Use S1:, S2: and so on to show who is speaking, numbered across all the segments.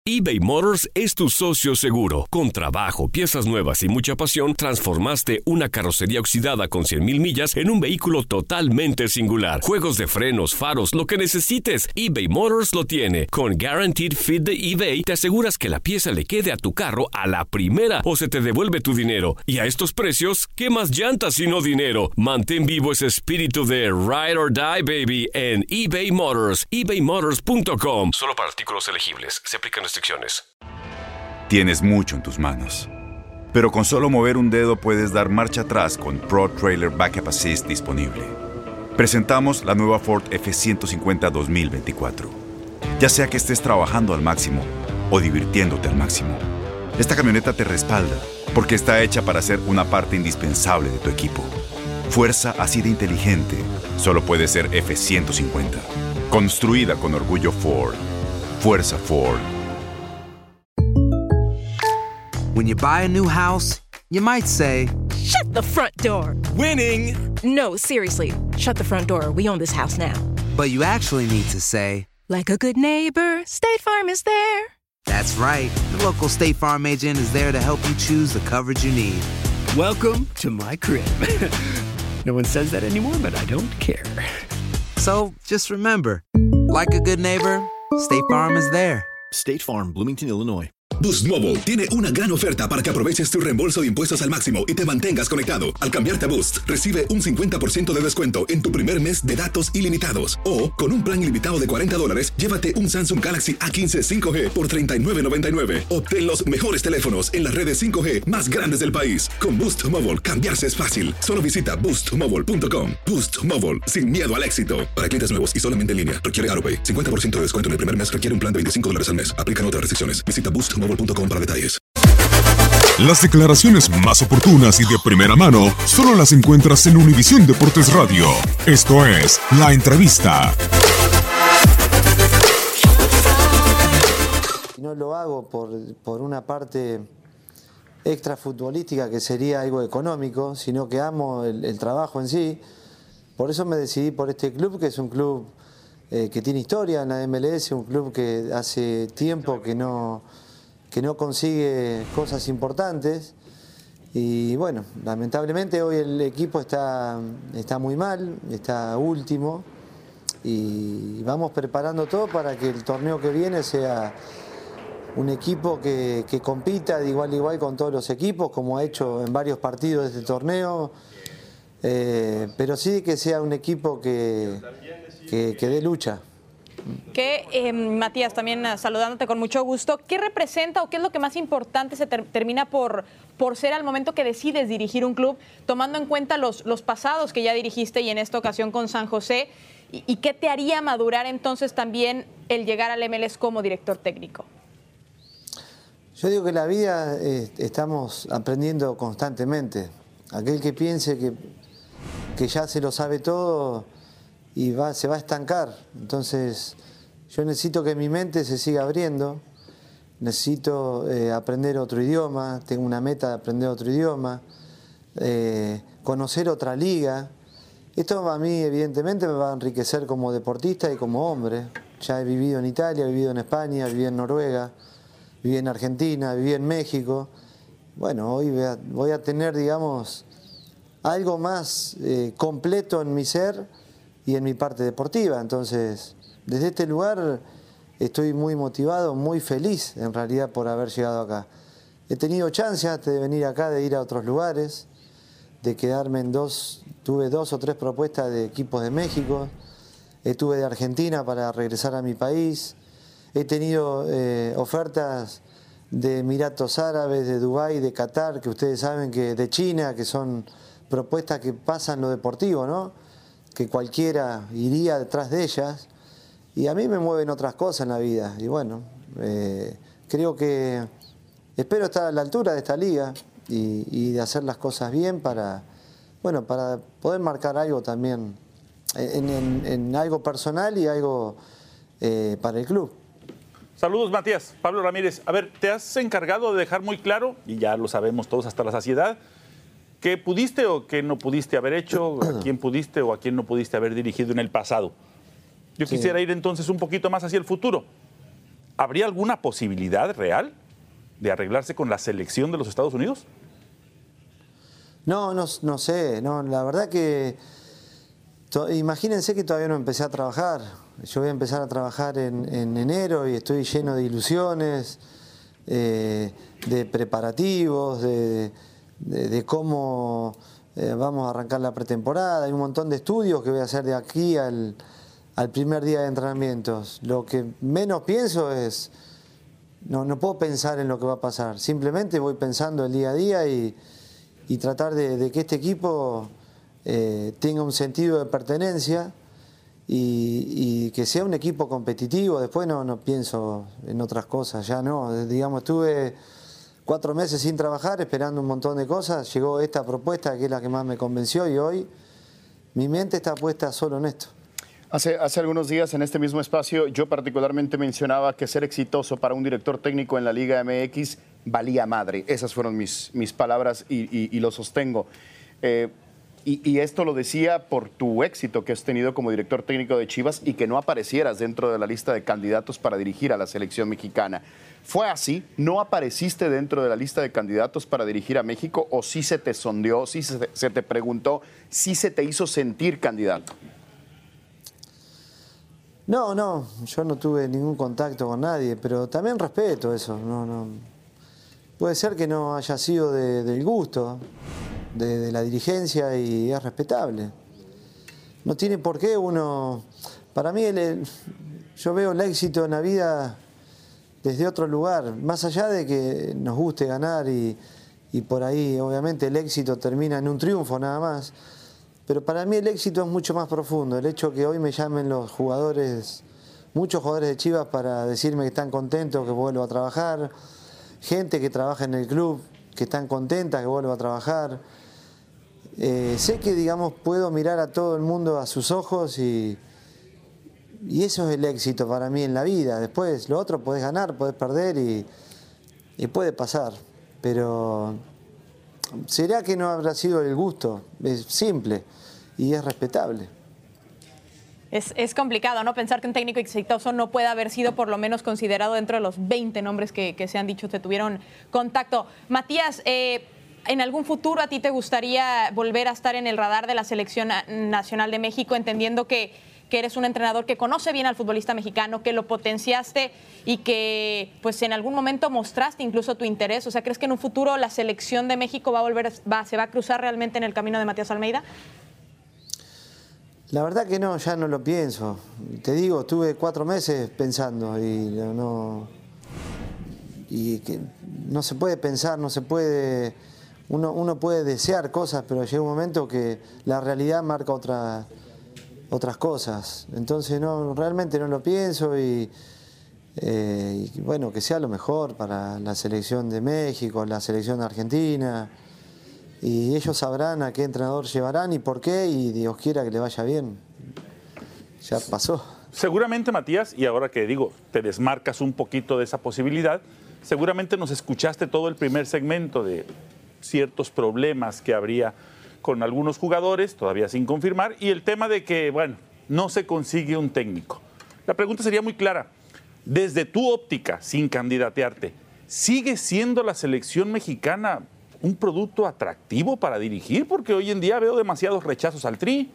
S1: eBay Motors es tu socio seguro. Con trabajo, piezas nuevas y mucha pasión, transformaste una carrocería oxidada con 100,000 millas en un vehículo totalmente singular. Juegos de frenos, faros, lo que necesites, eBay Motors lo tiene. Con Guaranteed Fit de eBay, te aseguras que la pieza le quede a tu carro a la primera o se te devuelve tu dinero. Y a estos precios, ¿qué más llantas sino dinero? Mantén vivo ese espíritu de Ride or Die, baby, en eBay Motors. ebaymotors.com. Solo para artículos elegibles. Se aplican restricciones.
S2: Tienes mucho en tus manos, pero con solo mover un dedo puedes dar marcha atrás con Pro Trailer Backup Assist disponible. Presentamos la nueva Ford F-150 2024. Ya sea que estés trabajando al máximo o divirtiéndote al máximo, esta camioneta te respalda porque está hecha para ser una parte indispensable de tu equipo. Fuerza así de inteligente solo puede ser F-150. Construida con orgullo Ford. Fuerza Ford.
S3: When you buy a new house, you might say,
S4: "Shut the front door."
S5: Winning!
S4: No, seriously. Shut the front door. We own this house now.
S3: But you actually need to say,
S4: like a good neighbor, State Farm is there.
S3: That's right. The local State Farm agent is there to help you choose the coverage you need.
S5: Welcome to my crib. No one says that anymore, but I don't care.
S3: So just remember, like a good neighbor, State Farm is there.
S6: State Farm, Bloomington, Illinois.
S7: Boost Mobile tiene una gran oferta para que aproveches tu reembolso de impuestos al máximo y te mantengas conectado. Al cambiarte a Boost, recibe un 50% de descuento en tu primer mes de datos ilimitados. O, con un plan ilimitado de $40, llévate un Samsung Galaxy A15 5G por $39.99. Obtén los mejores teléfonos en las redes 5G más grandes del país. Con Boost Mobile, cambiarse es fácil. Solo visita boostmobile.com. Boost Mobile, sin miedo al éxito. Para clientes nuevos y solamente en línea, requiere AutoPay. 50% de descuento en el primer mes requiere un plan de $25 al mes. Aplican otras restricciones. Visita boostmobile.com para detalles.
S8: Las declaraciones más oportunas y de primera mano solo las encuentras en Univisión Deportes Radio. Esto es La Entrevista.
S9: No lo hago por una parte extra futbolística que sería algo económico, sino que amo el trabajo en sí. Por eso me decidí por este club, que es un club que tiene historia en la MLS, un club que hace tiempo que no consigue cosas importantes. Y bueno, lamentablemente hoy el equipo está muy mal, está último, y vamos preparando todo para que el torneo que viene sea un equipo que compita de igual a igual con todos los equipos, como ha hecho en varios partidos de este torneo, pero sí que sea un equipo que dé lucha.
S10: Matías, también saludándote con mucho gusto, ¿qué representa o qué es lo que más importante se termina por ser al momento que decides dirigir un club, tomando en cuenta los pasados que ya dirigiste y en esta ocasión con San José? ¿Y qué te haría madurar entonces también el llegar al MLS como director técnico?
S9: Yo digo que en la vida estamos aprendiendo constantemente. Aquel que piense que ya se lo sabe todo y se va a estancar. Entonces yo necesito que mi mente se siga abriendo, necesito aprender otro idioma, tengo una meta de aprender otro idioma, conocer otra liga. Esto a mí evidentemente me va a enriquecer como deportista y como hombre. Ya he vivido en Italia, he vivido en España, viví en Noruega, viví en Argentina, viví en México. Bueno, hoy voy a tener, digamos, algo más completo en mi ser y en mi parte deportiva. Entonces, desde este lugar estoy muy motivado, muy feliz en realidad por haber llegado acá. He tenido chance antes de venir acá de ir a otros lugares, de quedarme tuve 2 o 3 propuestas de equipos de México, tuve de Argentina para regresar a mi país, he tenido ofertas de Emiratos Árabes, de Dubái, de Qatar, que ustedes saben que de China, que son propuestas que pasan lo deportivo, ¿no? Que cualquiera iría detrás de ellas, y a mí me mueven otras cosas en la vida, y bueno, creo que espero estar a la altura de esta liga y de hacer las cosas bien para poder marcar algo también en algo personal y algo para el club.
S11: Saludos, Matías. Pablo Ramírez, a ver, te has encargado de dejar muy claro, y ya lo sabemos todos hasta la saciedad, ¿qué pudiste o qué no pudiste haber hecho? ¿A quién pudiste o a quién no pudiste haber dirigido en el pasado? Yo quisiera ir entonces un poquito más hacia el futuro. ¿Habría alguna posibilidad real de arreglarse con la selección de los Estados Unidos?
S9: No sé, no, la verdad que imagínense que todavía no empecé a trabajar. Yo voy a empezar a trabajar en enero y estoy lleno de ilusiones, de preparativos, de cómo vamos a arrancar la pretemporada. Hay un montón de estudios que voy a hacer de aquí al primer día de entrenamientos. Lo que menos pienso es, no puedo pensar en lo que va a pasar. Simplemente voy pensando el día a día y tratar de que este equipo tenga un sentido de pertenencia y que sea un equipo competitivo. Después no pienso en otras cosas, ya no. Digamos, estuve 4 meses sin trabajar, esperando un montón de cosas. Llegó esta propuesta que es la que más me convenció y hoy mi mente está puesta solo en esto.
S12: Hace algunos días en este mismo espacio yo particularmente mencionaba que ser exitoso para un director técnico en la Liga MX valía madre. Esas fueron mis palabras y lo sostengo. Y esto lo decía por tu éxito que has tenido como director técnico de Chivas y que no aparecieras dentro de la lista de candidatos para dirigir a la selección mexicana. ¿Fue así? ¿No apareciste dentro de la lista de candidatos para dirigir a México o sí se te sondeó, sí se te preguntó, sí se te hizo sentir candidato?
S9: No, yo no tuve ningún contacto con nadie, pero también respeto eso. No. Puede ser que no haya sido del gusto de la dirigencia y es respetable. No tiene por qué uno... Para mí yo veo el éxito en la vida desde otro lugar, más allá de que nos guste ganar y por ahí obviamente el éxito termina en un triunfo nada más. Pero para mí el éxito es mucho más profundo. El hecho que hoy me llamen los jugadores, muchos jugadores de Chivas para decirme que están contentos, que vuelvo a trabajar, gente que trabaja en el club, que están contentas, que vuelvo a trabajar. Sé que, digamos, puedo mirar a todo el mundo a sus ojos y eso es el éxito para mí en la vida. Después, lo otro, podés ganar, podés perder y puede pasar. Pero ¿será que no habrá sido el gusto? Es simple y es respetable.
S10: Es complicado, ¿no? Pensar que un técnico exitoso no puede haber sido por lo menos considerado dentro de los 20 nombres que se han dicho que tuvieron contacto. Matías, ¿en algún futuro a ti te gustaría volver a estar en el radar de la Selección Nacional de México, entendiendo que eres un entrenador que conoce bien al futbolista mexicano, que lo potenciaste y que pues en algún momento mostraste incluso tu interés? O sea, ¿crees que en un futuro la Selección de México se va a cruzar realmente en el camino de Matías Almeida?
S9: La verdad que no, ya no lo pienso. Te digo, estuve 4 meses pensando y que no se puede pensar, no se puede... Uno puede desear cosas, pero llega un momento que la realidad marca otras cosas. Entonces realmente no lo pienso y bueno, que sea lo mejor para la selección de México, la selección argentina, y ellos sabrán a qué entrenador llevarán y por qué, y Dios quiera que le vaya bien. Ya pasó.
S11: Seguramente, Matías, y ahora que digo, te desmarcas un poquito de esa posibilidad, seguramente nos escuchaste todo el primer segmento de ciertos problemas que habría con algunos jugadores, todavía sin confirmar, y el tema de que, bueno, no se consigue un técnico. La pregunta sería muy clara. Desde tu óptica, sin candidatearte, ¿sigue siendo la selección mexicana un producto atractivo para dirigir? Porque hoy en día veo demasiados rechazos al Tri.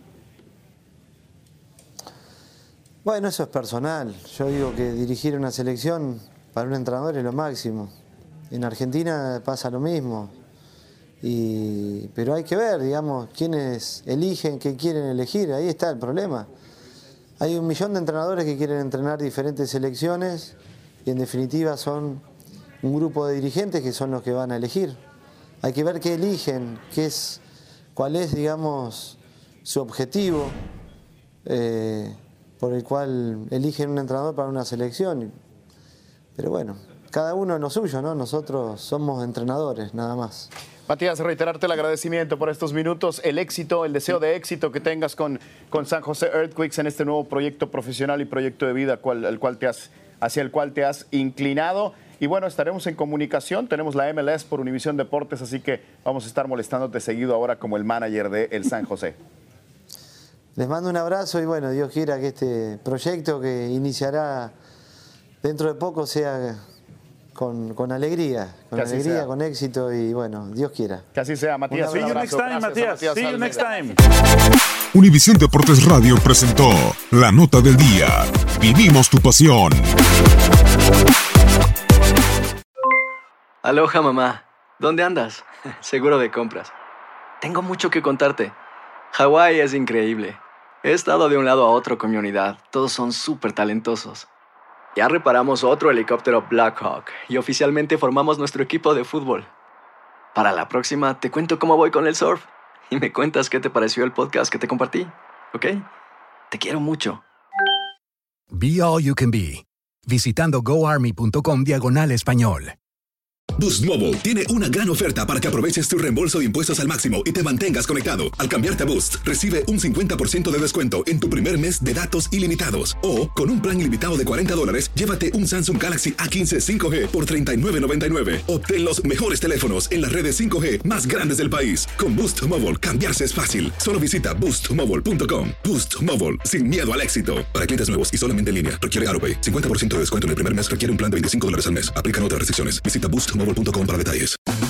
S9: Bueno, eso es personal. Yo digo que dirigir una selección para un entrenador es lo máximo. En Argentina pasa lo mismo. Pero hay que ver, digamos, quiénes eligen, qué quieren elegir. Ahí está el problema. Hay 1 millón de entrenadores que quieren entrenar diferentes selecciones y en definitiva son un grupo de dirigentes que son los que van a elegir. Hay que ver qué eligen, cuál es, digamos, su objetivo por el cual eligen un entrenador para una selección. Pero bueno, cada uno en lo suyo, ¿no? Nosotros somos entrenadores, nada más.
S12: Matías, reiterarte el agradecimiento por estos minutos, el éxito, el deseo de éxito que tengas con San José Earthquakes en este nuevo proyecto profesional y proyecto de vida hacia el cual te has inclinado. Y bueno, estaremos en comunicación, tenemos la MLS por Univisión Deportes, así que vamos a estar molestándote seguido ahora como el manager de el San José.
S9: Les mando un abrazo y bueno, Dios quiera que este proyecto que iniciará dentro de poco sea con alegría, con éxito y bueno, Dios quiera.
S12: Que así sea, Matías.
S11: See you next time, Matías. See you next time.
S8: Univisión Deportes Radio presentó la nota del día. Vivimos tu pasión.
S13: Aloha, mamá. ¿Dónde andas? Seguro de compras. Tengo mucho que contarte. Hawái es increíble. He estado de un lado a otro con mi unidad. Todos son súper talentosos. Ya reparamos otro helicóptero Blackhawk y oficialmente formamos nuestro equipo de fútbol. Para la próxima te cuento cómo voy con el surf y me cuentas qué te pareció el podcast que te compartí, ¿ok? Te quiero mucho.
S14: Be All You Can Be. Visitando goarmy.com/español.
S7: Boost Mobile tiene una gran oferta para que aproveches tu reembolso de impuestos al máximo y te mantengas conectado. Al cambiarte a Boost, recibe un 50% de descuento en tu primer mes de datos ilimitados. O, con un plan ilimitado de $40, llévate un Samsung Galaxy A15 5G por $39.99. Obtén los mejores teléfonos en las redes 5G más grandes del país. Con Boost Mobile, cambiarse es fácil. Solo visita boostmobile.com. Boost Mobile, sin miedo al éxito. Para clientes nuevos y solamente en línea, requiere AutoPay. 50% de descuento en el primer mes requiere un plan de $25 al mes. Aplican otras restricciones. Visita boostmobile.com para detalles.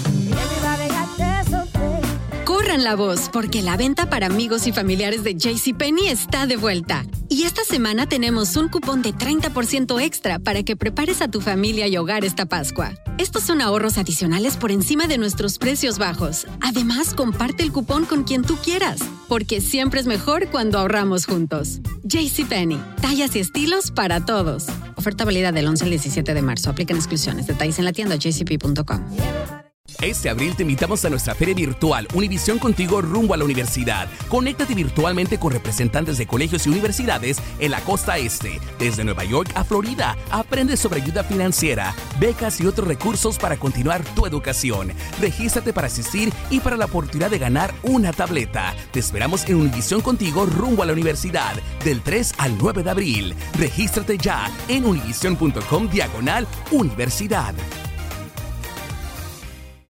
S15: Corran la voz, porque la venta para amigos y familiares de JCPenney está de vuelta. Y esta semana tenemos un cupón de 30% extra para que prepares a tu familia y hogar esta Pascua. Estos son ahorros adicionales por encima de nuestros precios bajos. Además, comparte el cupón con quien tú quieras, porque siempre es mejor cuando ahorramos juntos. JCPenney, tallas y estilos para todos. Oferta válida del 11 al 17 de marzo. Aplican exclusiones. Detalles en la tienda jcp.com.
S16: Este abril te invitamos a nuestra feria virtual Univisión Contigo rumbo a la universidad. Conéctate virtualmente con representantes de colegios y universidades en la costa este, desde Nueva York a Florida. Aprende sobre ayuda financiera, becas y otros recursos para continuar tu educación. Regístrate para asistir y para la oportunidad de ganar una tableta. Te esperamos en Univisión Contigo rumbo a la universidad del 3 al 9 de abril. Regístrate ya en univision.com/universidad.